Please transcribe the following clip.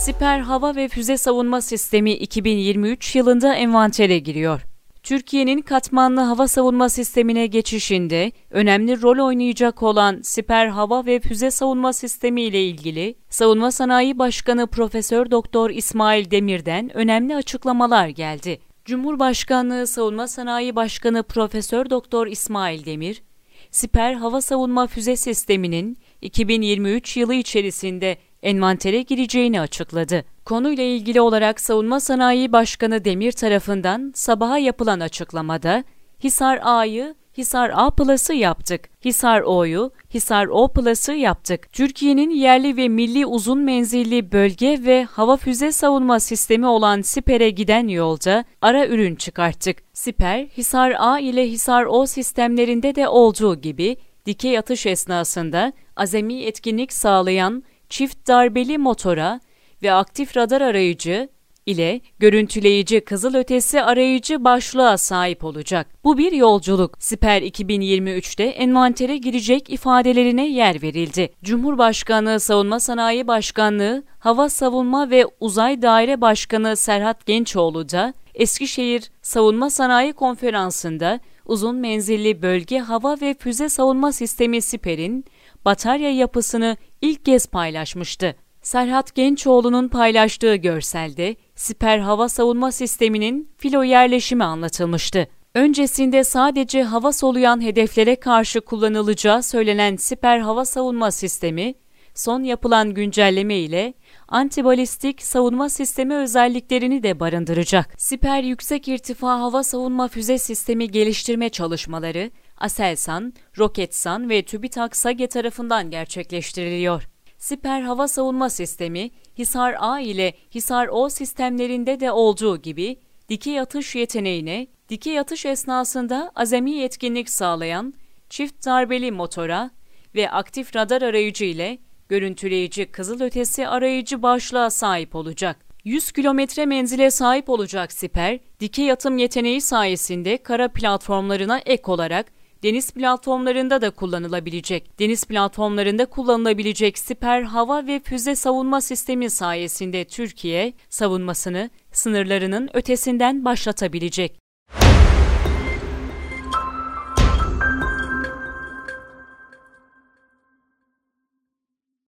Siper Hava ve Füze Savunma Sistemi 2023 yılında envantere giriyor. Türkiye'nin katmanlı hava savunma sistemine geçişinde önemli rol oynayacak olan Siper Hava ve Füze Savunma Sistemi ile ilgili Savunma Sanayi Başkanı Profesör Doktor İsmail Demir'den önemli açıklamalar geldi. Cumhurbaşkanlığı Savunma Sanayi Başkanı Profesör Doktor İsmail Demir, Siper Hava Savunma Füze Sistemi'nin 2023 yılı içerisinde envantere gireceğini açıkladı. Konuyla ilgili olarak Savunma Sanayi Başkanı Demir tarafından sabaha yapılan açıklamada, Hisar A'yı Hisar A Plus'ı yaptık, Hisar O'yu Hisar O Plus'ı yaptık. Türkiye'nin yerli ve milli uzun menzilli bölge ve hava füze savunma sistemi olan Siper'e giden yolda ara ürün çıkarttık. Siper, Hisar A ile Hisar O sistemlerinde de olduğu gibi dikey atış esnasında azami etkinlik sağlayan çift darbeli motora ve aktif radar arayıcı ile görüntüleyici kızılötesi arayıcı başlığa sahip olacak. Bu bir yolculuk. Siper 2023'te envantere girecek ifadelerine yer verildi. Cumhurbaşkanlığı Savunma Sanayi Başkanlığı Hava Savunma ve Uzay Daire Başkanı Serhat Gençoğlu da Eskişehir Savunma Sanayi Konferansı'nda uzun menzilli bölge hava ve füze savunma sistemi Siper'in batarya yapısını ilk kez paylaşmıştı. Serhat Gençoğlu'nun paylaştığı görselde Siper Hava Savunma Sistemi'nin filo yerleşimi anlatılmıştı. Öncesinde sadece hava soluyan hedeflere karşı kullanılacağı söylenen Siper Hava Savunma Sistemi, son yapılan güncelleme ile antibalistik savunma sistemi özelliklerini de barındıracak. Siper Yüksek İrtifa Hava Savunma Füze Sistemi geliştirme çalışmaları, Aselsan, Roketsan ve TÜBİTAK-SAGE tarafından gerçekleştiriliyor. Siper Hava Savunma Sistemi, Hisar A ile Hisar O sistemlerinde de olduğu gibi dikey atış yeteneğine, dikey atış esnasında azami etkinlik sağlayan çift darbeli motora ve aktif radar arayıcı ile görüntüleyici kızılötesi arayıcı başlığa sahip olacak. 100 kilometre menzile sahip olacak Siper, dikey atım yeteneği sayesinde kara platformlarına ek olarak deniz platformlarında da kullanılabilecek. Deniz platformlarında kullanılabilecek Siper Hava ve Füze Savunma Sistemi sayesinde Türkiye, savunmasını sınırlarının ötesinden başlatabilecek.